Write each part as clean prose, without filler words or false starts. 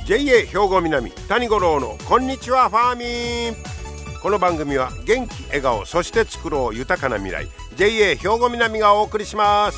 JA 兵庫南谷五郎のこんにちはファーミン。この番組は元気笑顔そして作ろう豊かな未来 JA 兵庫南がお送りします。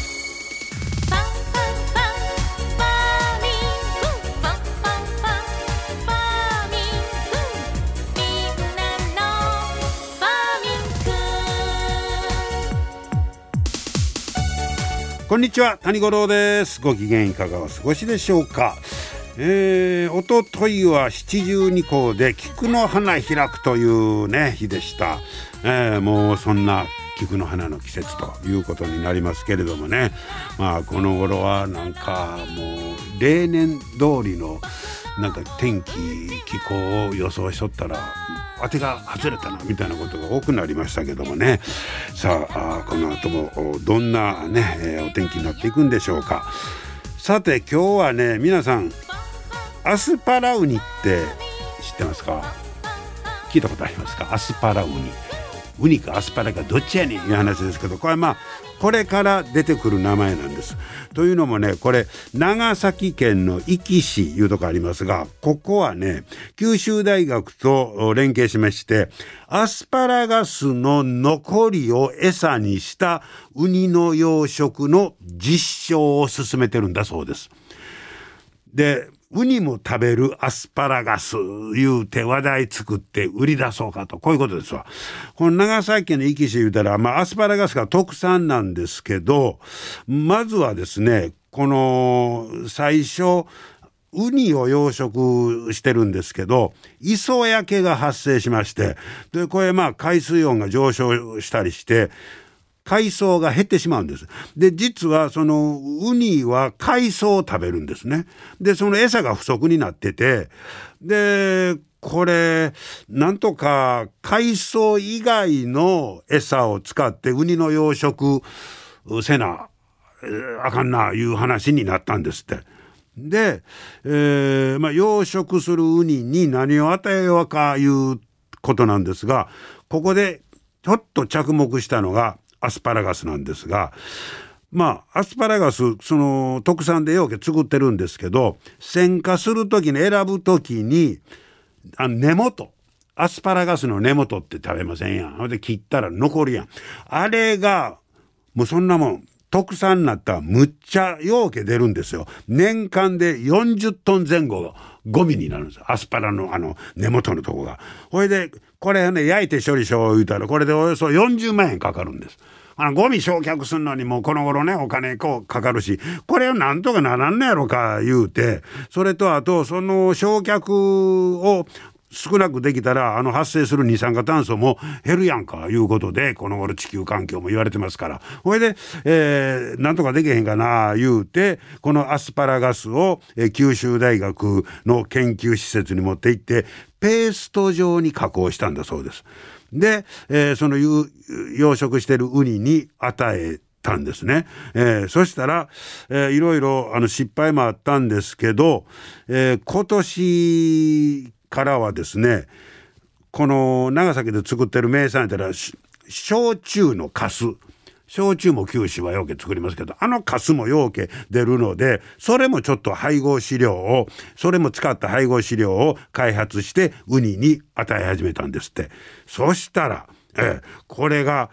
こんにちは谷五郎です。ご機嫌いかがお過ごしでしょうか。おとといは七十二候で菊の花開くというね日でした。もうそんな菊の花の季節ということになりますけれどもね、この頃はなんかもう例年通りのなんか天気気候を予想しとったら当てが外れたなみたいなことが多くなりましたけどもね。さあこの後もどんなね、お天気になっていくんでしょうか。さて今日はね、皆さんアスパラウニって知ってますか？聞いたことありますか？アスパラウニ、ウニかアスパラかどっちやねんいう話ですけど、これこれから出てくる名前なんです。というのもね、これ長崎県の壱岐市いうとこありますが、ここはね九州大学と連携しまして、アスパラガスの残りを餌にしたウニの養殖の実証を進めてるんだそうです。でウニも食べるアスパラガス言うて話題作って売り出そうかと、こういうことですわ。この長崎県の壱岐市言うたら、アスパラガスが特産なんですけど、まずはですね、この最初ウニを養殖してるんですけど、磯焼けが発生しまして、でこれ海水温が上昇したりして海藻が減ってしまうんです。で実はそのウニは海藻を食べるんですね。でその餌が不足になってて、でこれなんとか海藻以外の餌を使ってウニの養殖せなあかんないう話になったんですって。で、養殖するウニに何を与えようかいうことなんですが、ここでちょっと着目したのがアスパラガスなんですが、アスパラガスその特産でようけ作ってるんですけど、選果するときに選ぶときに根元、アスパラガスの根元って食べませんやん。で切ったら残るやん。あれがもうそんなもん特産になったらむっちゃようけ出るんですよ。年間で40トン前後ゴミになるんです。アスパラの根元のとこが。ほいでこれね焼いて処理しよう言うたら、これでおよそ40万円かかるんです。ゴミ焼却するのにもこの頃ねお金かかるし、これをなんとかならんのやろか言うて、それとあとその焼却を少なくできたら発生する二酸化炭素も減るやんかいうことで、この頃地球環境も言われてますから、ほいで、なんとかできへんかな言うて、このアスパラガスを、九州大学の研究施設に持って行ってペースト状に加工したんだそうです。で、その養殖してるウニに与えたんですね。そしたら、いろいろ失敗もあったんですけど、今年からはですね、この長崎で作ってる名産やったら焼酎のカス、焼酎も九州はようけ作りますけど、カスもようけ出るので、それもちょっとそれも使った配合飼料を開発してウニに与え始めたんですって。そしたら、これが、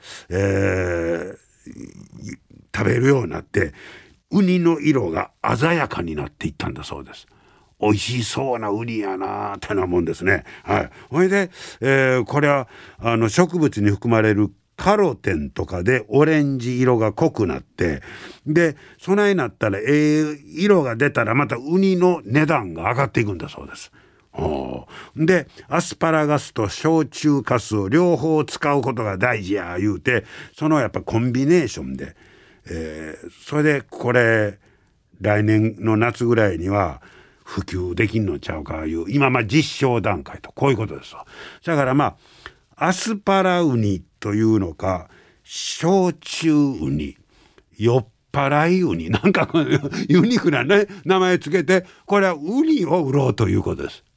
食べるようになってウニの色が鮮やかになっていったんだそうです。美味しそうなウニやなってなもんですね。ほいで、これは植物に含まれるカロテンとかでオレンジ色が濃くなって、でそないなったら色が出たらまたウニの値段が上がっていくんだそうです。でアスパラガスと焼酎カスを両方使うことが大事や言うて、そのやっぱコンビネーションで、それでこれ来年の夏ぐらいには普及できんのちゃうかいう今実証段階と、こういうことですわ。だからアスパラウニというのか焼酎ウニ、酔っ払いウニなんかユニークなね名前つけて、これはウニを売ろうということです。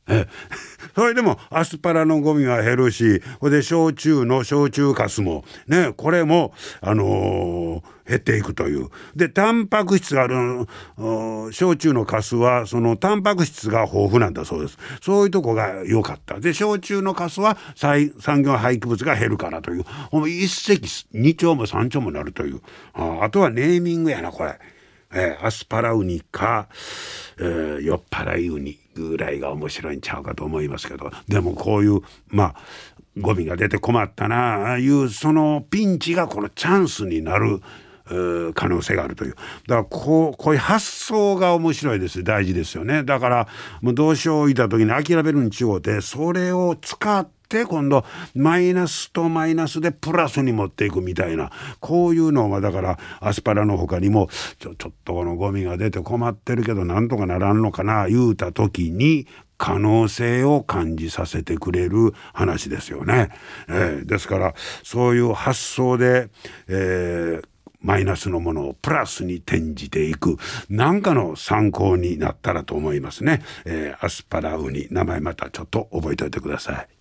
それでもアスパラのゴミは減るし、ほんで焼酎かすもね、これも減っていくという。でタンパク質がある焼酎のかすはそのタンパク質が豊富なんだそうです。そういうとこが良かった。で焼酎のかすは産業廃棄物が減るからという、一石二鳥も三鳥もなるという。あとはネーミングやなこれ。アスパラウニか、酔っ払いウニぐらいが面白いんちゃうかと思いますけど、でもこういうゴミが出て困ったなああいうそのピンチがこのチャンスになる可能性があるという。だからこういう発想が面白いです。大事ですよね。だからもうどうしよういた時に諦めるに違うて、それを使って今度マイナスとマイナスでプラスに持っていくみたいな、こういうのはだからアスパラの他にもちょっとこのゴミが出て困ってるけどなんとかならんのかな言うた時に可能性を感じさせてくれる話ですよね。ですからそういう発想で、マイナスのものをプラスに転じていく何かの参考になったらと思いますね。アスパラウニ、名前またちょっと覚えておいてください。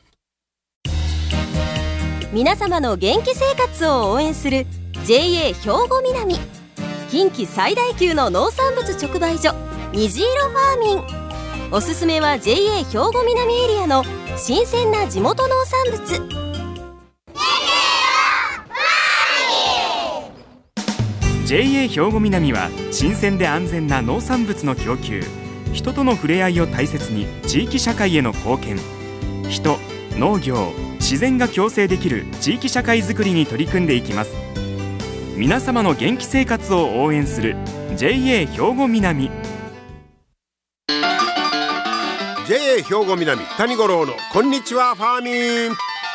皆様の元気生活を応援する JA 兵庫南、近畿最大級の農産物直売所虹色ファーミン。おすすめは JA 兵庫南エリアの新鮮な地元農産物。 JA 兵庫南は新鮮で安全な農産物の供給、人との触れ合いを大切に地域社会への貢献、人、農業、自然が共生できる地域社会づくりに取り組んでいきます。皆様の元気生活を応援する JA 兵庫南。 JA 兵庫南谷五郎のこんにちはファーミン。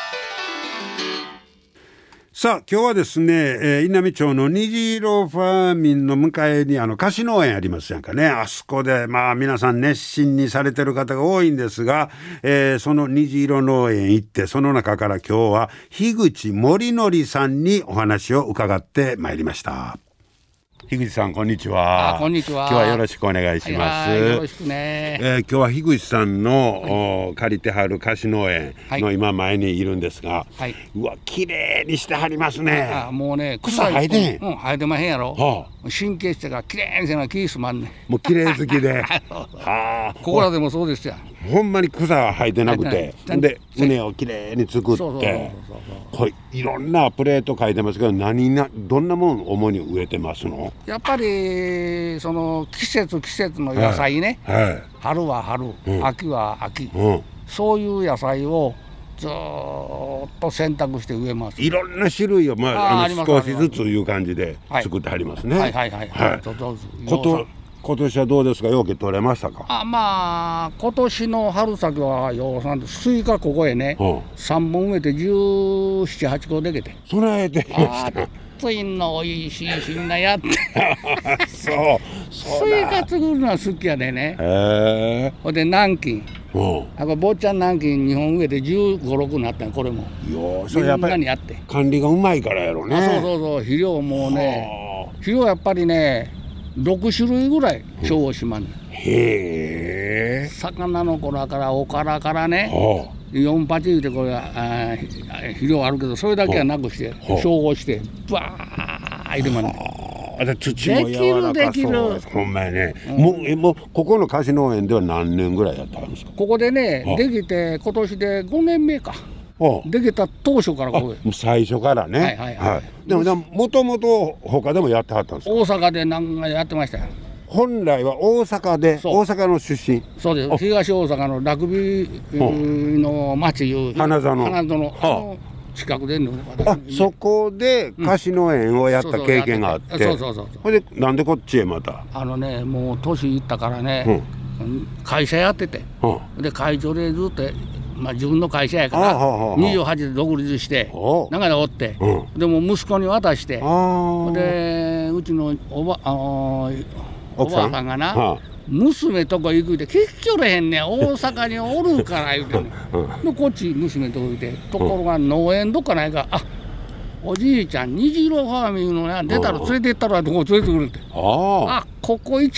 さあ今日はですね、稲美町の虹色ファーミンの向かいに菓子農園ありますやんかね。あそこで皆さん熱心にされてる方が多いんですが、その虹色農園行って、その中から今日は樋口森則さんにお話を伺ってまいりました。樋口さんこんにちは。 こんにちは。 今日はよろしくお願いします。 よろしくね。 今日は樋口さんの、借りてはる菓子農園の今前にいるんですが、うわ綺麗にしてはりますね。 もうね草生えてへん。 生えてまへんやろ。神経質が綺麗にせな気すまんね。 もう綺麗好きでここらでもそうですよ。 ほんまに草は生えてなくて、で畝をきれいに作って、これいろんなプレート書いてますけど、どんなもん主に植えてますの？ やっぱりその季節の野菜ね、春は春、秋は秋、そういう野菜をずっと選択して植えます。 いろんな種類を少しずついう感じで作ってはりますね。今年はどうですか？ようけ取れましたか？ 今年の春先はようさんでスイカここへね、3本植えて17、8個できて。 それできました。 暑いのおいしいしんなやってスイカ作るのは好きやでね。ほんで南京、坊ちゃん南京2本植えて15、6になったん。これもそれやっぱり管理がうまいからやろね。 肥料もね、肥料やっぱりね6種類ぐらい重宝しまんねん。魚の子らからおからからね、4パチ言うてこれ肥料あるけど、それだけはなくして照合してバー入れまんねん。 土も柔らかそう。ほんまやね。もうここの菓子農園では何年ぐらいやったんですか？ ここでねできて今年で5年目か。できた当初からここで。 最初からね。でももともと他でもやってはったんですか？ 大阪で何回やってましたよ。 本来は大阪で、大阪の出身。 そうです。東大阪のラグビーの町いう花園の近くで。 そこで菓子農園をやった経験があって、それでなんでこっちへまた？ もう年いったからね、会社やってて、で会長でずっと自分の会社やから28で独立して中でおって、でも息子に渡して、でうちのおばあさんがな、娘とこ行くて結局へんねん、大阪におるから言うてねでこっち娘とこ行って、ところが農園どっかないか、おじいちゃん虹色ファーミングの出たら連れて行ったらとこ連れてくるって、ここ一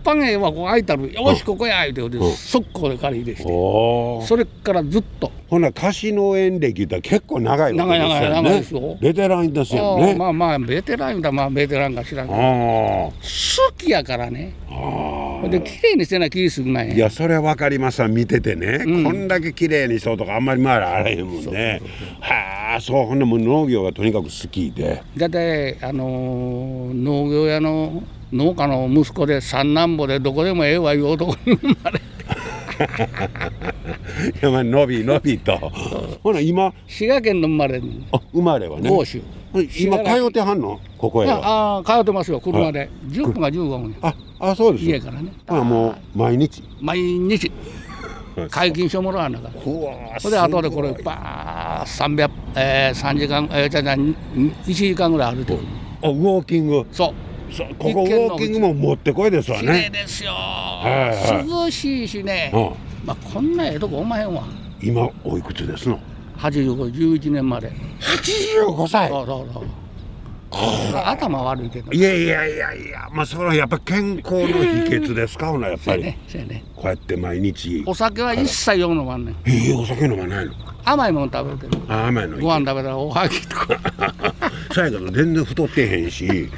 般絵はここ空いたる、よしここや言うて速攻で借り入れして、それからずっと。 ほな菓子農園歴って結構長いわけですよね。 長いですよ。 ベテランですよね。 まあベテラン言うたらベテランか知らんけど、好きやからね。で綺麗にしてな気するない。 いやそれは分かりますわ、見ててね、こんだけ綺麗にしようとかあんまりあらへんもんね。はあ、そう。ほんでもう農業がとにかく好きで、 だって農業屋の農家の息子で三男坊でどこでもええわいう男に生まれていやのびとほな今滋賀県の生まれはね、 甲州。 今通ってはんのここへは。 通ってますよ、車で10分か15分。 そうです。 家からね。 もう毎日解禁書もらわなかった。それで後でこれバー3時間1時間ぐらい歩いてくる。 ウォーキング。 そうここウォーキングももってこいですわね。 綺麗ですよ。涼しいしね。こんなええとこおまへんわ。 今おいくつですの ？85、11年まで。 85歳。 そう頭悪いけど。 いやそれはやっぱ健康の秘訣ですか。ほなやっぱりこうやって毎日。 お酒は一切よう飲まんねん。 お酒飲まないの？ 甘いもの食べてる。 甘いの。 ご飯食べたらおはぎとかそうやけど全然太ってへんしね。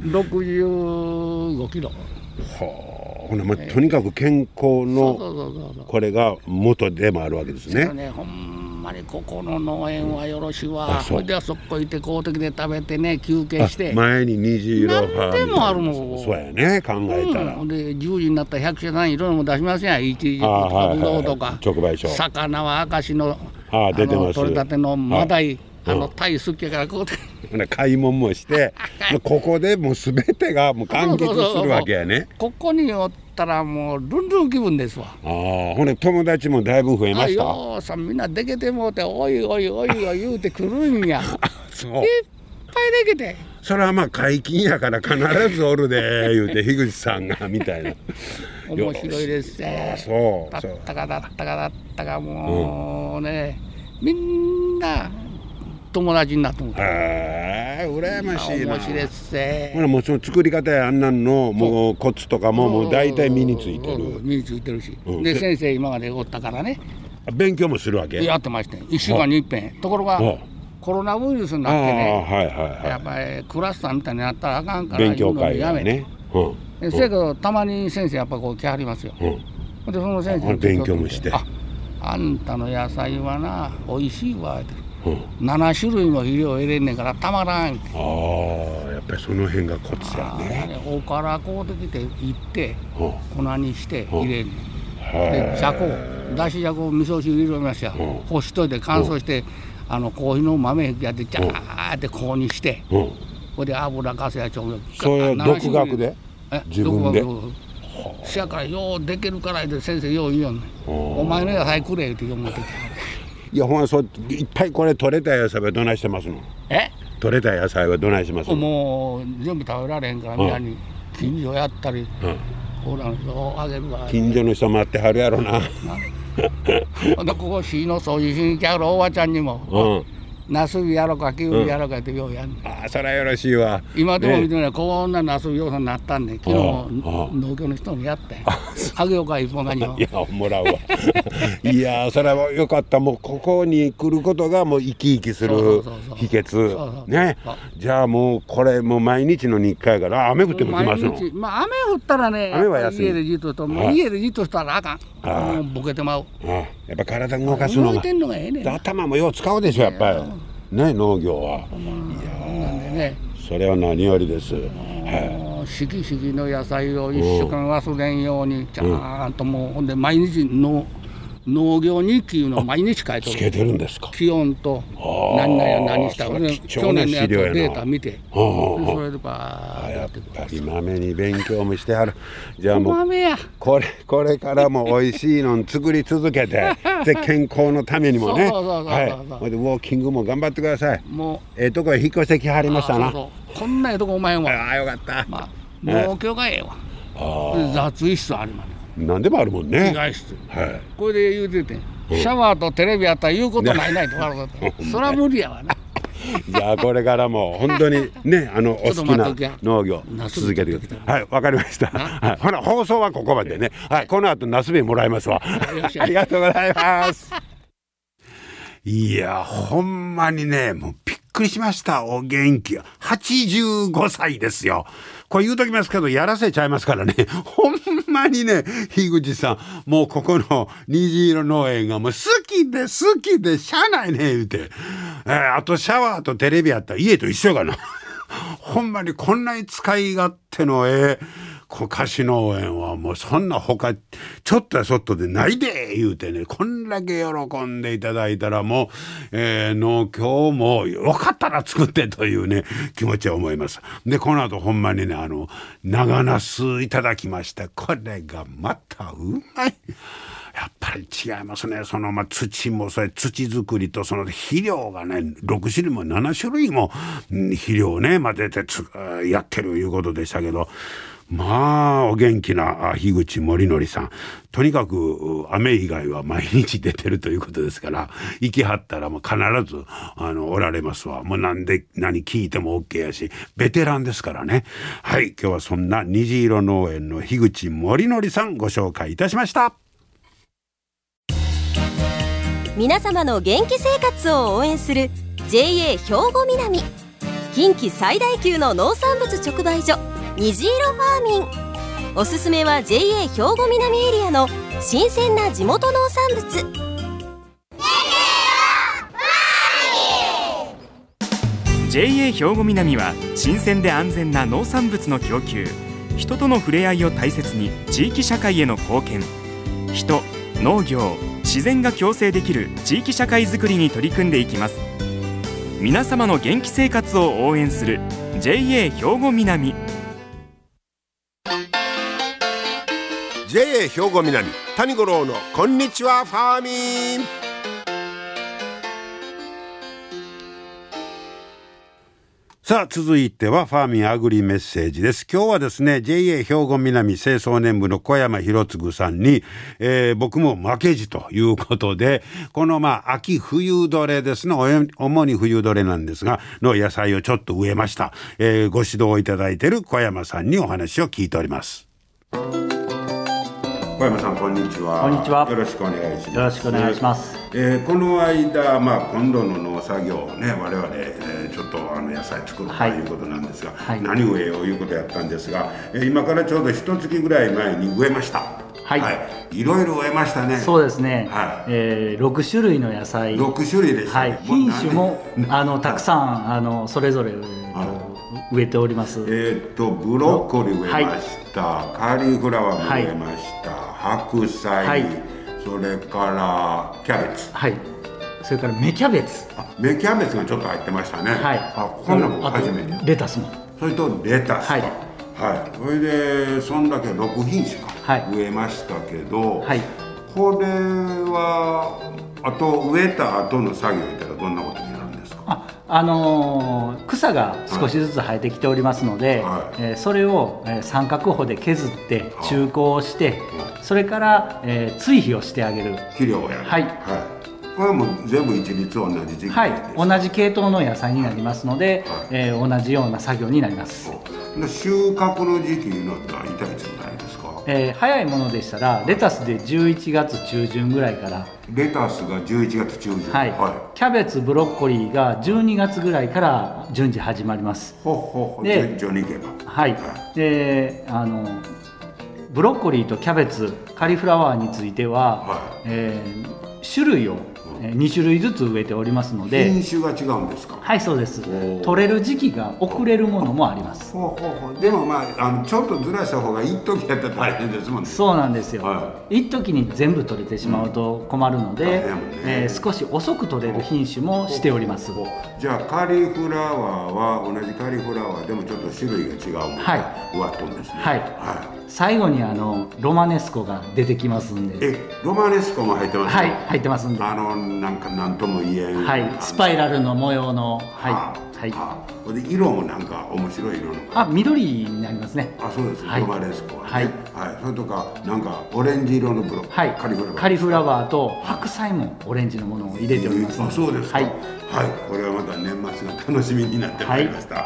65キロ。 ほなとにかく健康のこれが元でもあるわけですね。 ほんまにここの農園はよろしいわ。それではそこ行って公的で食べてね、休憩して。 前に虹色ファーム。 何でもあるもん。 そうやね、考えたら。 で10時になったら百社さんいろいろも出しますやん。イチジクとかブドウとか。 直売所。 魚は明石の取れたてのマダイ。タイ好きやからこうで買い物もしてここでもう全てがもう完結するわけやね。 ここにおったらもうルンルン気分ですわ。 ほんで友達もだいぶ増えました。 ようさんみんなでけてもうておい言うてくるんや。 そういっぱいでけて。 それは解禁やから必ずおるで言うて樋口さんがみたいな。 面白いですね。 そうだったかもうね、みんな友達になってもら羨ましいな。 面白いですね。 もうその作り方やあんなんのもうコツとかもう大体身についてる。 身についてるし、で先生今までおったからね。 勉強もするわけ。 やってまして、1週間に一遍。ところがコロナウイルスになってね、やっぱりクラスターみたいになったらあかんから勉強会やめて。 せやけどたまに先生やっぱこう来はりますよ。でその先生勉強もして。 あんたの野菜はな美味しいわって。7種類の肥料入れんねんからたまらん。 やっぱりその辺がコツやね。 おからこうてきていって粉にして入れんねん。でじゃこだしじゃこ味噌汁入れました。干しといて乾燥してコーヒーの豆やってジャーってこうにしてこれで油かせや調味料。 それ独学で自分で。 せやからようできるからって先生よう言うよね。お前の野菜くれって言うてきて。 いやほんまそういっぱいこれ取れた野菜はどないしてますの？取れた野菜はどないしますの？もう全部食べられへんからみんなに近所やったり、ほらの人あげるわ。 近所の人待ってはるやろな。 ここ市の掃除しに来はるおばちゃんにも。ナスビやろかキュウリやろかってようやんね。 そりゃよろしいわ。 今でも見てないこんなナスビようさんなったんで、昨日農協の人にやってあげようか一本がにも。 いやもらうわ。いやそれはよかった。もうここに来ることがもう生き生きする秘訣ね。じゃあもうこれもう毎日の日課やから雨降っても来ますの？ 雨降ったらね、家でじっとと家でじっとしたらあかん。ボケてまう。 やっぱ体動かすのが。頭もよう使うでしょやっぱり。ね農業は。いやそれは何よりです。 四季四季の野菜を一週間忘れんようにちゃんともうほんで毎日の農業日記いうのを毎日書いてる。 つけてるんですか？ 気温と何々や何した去年のやつのデータ見てそれでバーッとやってくる。 やっぱりまめに勉強もしてはる。じゃあもうこれからも美味しいの作り続けてで健康のためにもね。はい。でウォーキングも頑張ってください。もうとこへ引っ越してきはりましたな。 こんなとこお前は。 よかった。 農協がええわ。雑衣室あります。 何でもあるもんね。 着替え室。これで言うててシャワーとテレビあったら言うことないないとかそれは無理やわな。 じゃあこれからも本当にねお好きな農業続けてください。はい、わかりました。はい、ほな放送はここまでね。はい、この後ナスビもらいますわ。ありがとうございます。いやほんまにねもうびっくりしました。お元気85歳ですよ。これ言うときますけどやらせちゃいますからね。ほんまにね樋口さんもうここの虹色農園がもう好きで好きでしゃあないね言うて、あとシャワーとテレビやったら家と一緒かな。ほんまにこんなに使い勝手の貸し農園はもうそんな他ちょっとやそっとでないで言うてね、こんだけ喜んでいただいたらもう、農協もよかったら作ってというね気持ちは思います。でこの後ほんまにね長ナスいただきました。これがまたうまい。やっぱり違いますね。土もそれ土作りとその肥料がね6種類も7種類も肥料ね混ぜてやってるいうことでしたけど、まあお元気な樋口盛則さん、とにかく雨以外は毎日出てるということですから、行きはったらもう必ずおられますわ。もう何聞いても OK やしベテランですからね。はい、今日はそんな虹色農園の樋口盛則さんご紹介いたしました。 皆様の元気生活を応援する JA 兵庫南、近畿最大級の農産物直売所虹色ファーミン。おすすめは JA 兵庫南エリアの新鮮な地元農産物。 JA 兵庫南は新鮮で安全な農産物の供給、人との触れ合いを大切に地域社会への貢献、人、農業、自然が共生できる地域社会づくりに取り組んでいきます。皆様の元気生活を応援する JA 兵庫南。 JA 兵庫南谷五郎のこんにちはファーミン。さあ続いてはファーミンアグリメッセージです。今日はですね JA 兵庫南清掃年部の小山博次さんに、僕も負けじということで、この秋冬どれですね、主に冬どれなんですがの野菜をちょっと植えました。ご指導いただいている小山さんにお話を聞いております。小山さんこんにちは。 こんにちは。 よろしくお願いします。 よろしくお願いします。 この間、今度の農作業をね我々、ちょっと野菜作るということなんですが、はい、何植えよういうことやったんですが、今からちょうど1月ぐらい前に植えました。はい、はい、いろいろ植えましたね。 そうですね、はい、6種類の野菜、 6種類でした、ね、はい、 品種もたくさんそれぞれ植えております。 ブロッコリー植えました、はい、カリフラワーも植えました、はい、白菜、はい、それからキャベツ、 はい、それから芽キャベツ、 芽キャベツがちょっと入ってましたね。はい、こんなもん初めて。 レタスも、 それとレタスか、はい、はい、それでそんだけ6品種か、はい、植えましたけど、はい、これは植えた後の作業いったらどんなことになるんですか？ 草が少しずつ生えてきておりますので、はい、それを三角穂で削って中耕をして、それから、追肥をしてあげる。 肥料をやる。はい、はい、これも全部一律同じ時期ですか？はい、 同じ系統の野菜になりますので、はい、同じような作業になります。 収穫の時期の大体いつぐらいですか？ 早いものでしたらレタスで11月中旬ぐらいから。 レタスが11月中旬、 はい、はい、キャベツブロッコリーが12月ぐらいから順次始まります。 順調にいけば、 はい、はい、でブロッコリーとキャベツカリフラワーについては、はい、種類を2種類ずつ植えておりますので。 品種が違うんですか？ はい、そうです。取れる時期が遅れるものもあります。 でもちょっとずらした方が一時やったら大変ですもんね。 そうなんですよ、はい、一時に全部取れてしまうと困るので、少し遅く取れる品種もしております。 じゃあカリフラワーは同じカリフラワーでもちょっと種類が違うものが植わっとるんですね。 はい、はい、最後にロマネスコが出てきますんで。 ロマネスコも入ってますか？ はい、入ってますんで。 なんとも言えん、 はい、スパイラルの模様の、はいはい、 で色もなんか面白い色の緑になりますね。 そうです、 はい、 ロマレスコはね、 はいはい、それとかなんかオレンジ色のブロック、 はい、カリフラワーと白菜もオレンジのものを入れております、 そうですか、 はい、 はい、これはまた年末が楽しみになってまいりました。はい、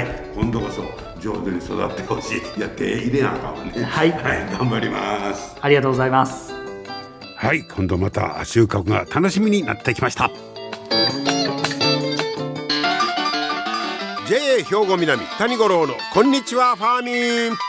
今度こそ上手に育ってほしい。手入れなあかんわね。 はい、 はい、頑張ります。 ありがとうございます。 はい、今度また収穫が楽しみになってきました。JA 兵庫南谷五郎のこんにちはファーミン。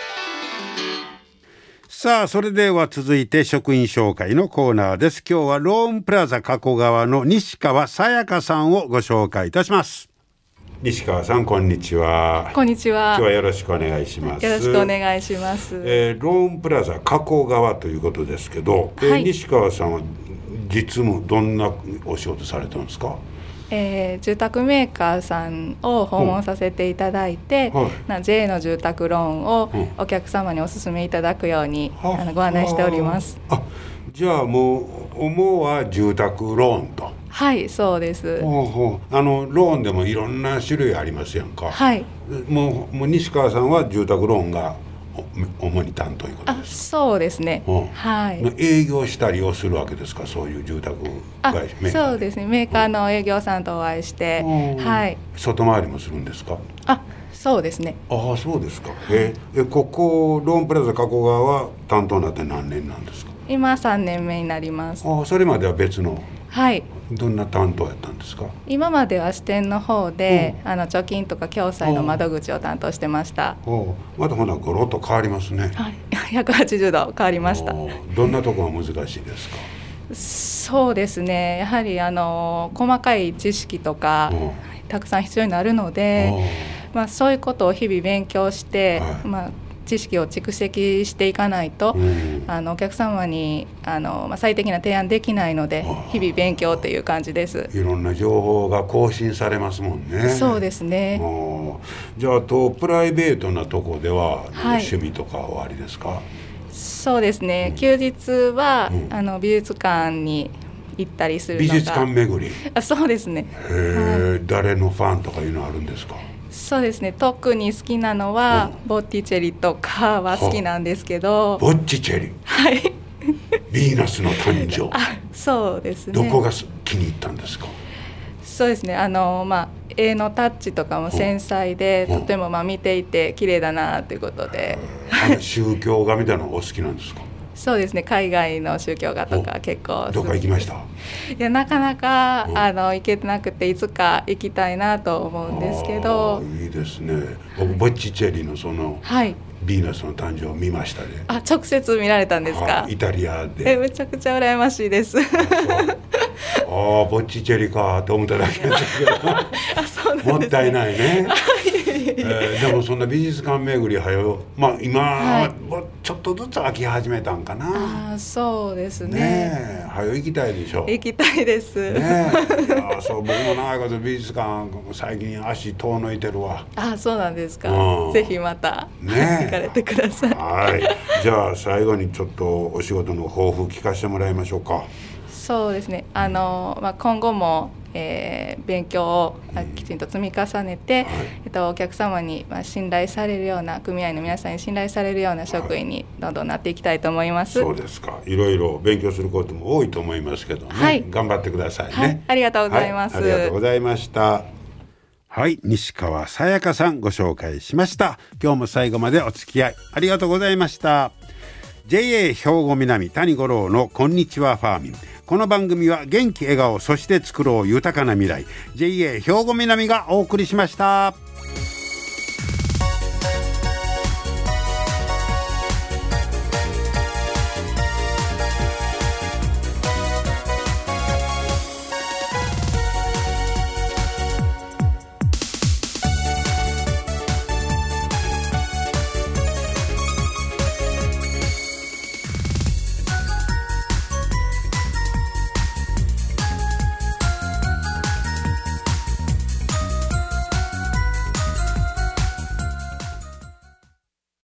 さあ、それでは続いて職員紹介のコーナーです。今日はローンプラザ加古川の西川さやかさんをご紹介いたします。西川さん、こんにちは。 こんにちは。 今日はよろしくお願いします。 よろしくお願いします。 ローンプラザ加古川ということですけど、はい、西川さんは実務どんなお仕事されてるんですか？ 住宅メーカーさんを訪問させていただいて、はい、JA の住宅ローンをお客様にお勧めいただくように、ご案内しております。 じゃあもう主は住宅ローンと。 はい、そうです。 ローンでもいろんな種類ありますやんか。 はい。 もう西川さんは住宅ローンが主に担当ということですか？ そうですね。はい。 営業したりをするわけですか？そういう住宅会社。 そうですね。メーカーの営業さんとお会いして、はい。 外回りもするんですか？ そうですね。 そうですか。ここローンプラザ加古川は担当になって何年なんですか？ 今3年目になります。 それまでは別の。 はい。 どんな担当やったんですか？ 今までは支店の方で、貯金とか共済の窓口を担当してました。 またほなゴロッと変わりますね。 はい、180度変わりました。 どんなところが難しいですか？ そうですね、やはり細かい知識とかたくさん必要になるので、そういうことを日々勉強して、知識を蓄積していかないと、お客様に最適な提案できないので、日々勉強という感じです。 いろんな情報が更新されますもんね。 そうですね。 じゃあプライベートなとこでは、趣味とかはありですか？ そうですね、休日は、美術館に行ったりするのが。 美術館巡り。 そうですね。 誰のファンとかいうのあるんですか？ そうですね、特に好きなのはボッティチェリとかは好きなんですけど。 ボッティチェリ、 はい、 ヴィーナスの誕生。 そうですね。 どこが気に入ったんですか？ そうですね、絵のタッチとかも繊細で、とても見ていて綺麗だなということで。 宗教画みたいなのがお好きなんですか？ そうですね、海外の宗教画とか結構。 どこか行きました？ いや、なかなか行けてなくて、いつか行きたいなと思うんですけど。 いいですね。僕ボッティチェリのヴィーナスの誕生を見ましたね。 直接見られたんですか？ イタリアで。 めちゃくちゃ羨ましいです。 ボッティチェリかと思っただけだけどもったいないね。でもそんな美術館巡り今、ちょっとずつ飽き始めたんかな。 そうですね。 行きたいでしょ？行きたいです。 そう、僕も長いこと美術館最近足遠のいてるわ。 そうなんですか。ぜひまた行かれてください。 はい。じゃあ最後にちょっとお仕事の抱負聞かせてもらいましょうか。 そうですね、今後も、勉強をきちんと積み重ねて、お客様に信頼されるような、組合の皆さんに信頼されるような職員にどんどんなっていきたいと思います。 そうですか。いろいろ勉強することも多いと思いますけどね、頑張ってくださいね。 ありがとうございます。 ありがとうございました。はい、西川さやかさんご紹介しました。今日も最後までお付き合いありがとうございました。 JA 兵庫南谷五郎のこんにちはファーミン。この番組は元気笑顔そして作ろう豊かな未来 JA 兵庫南がお送りしました。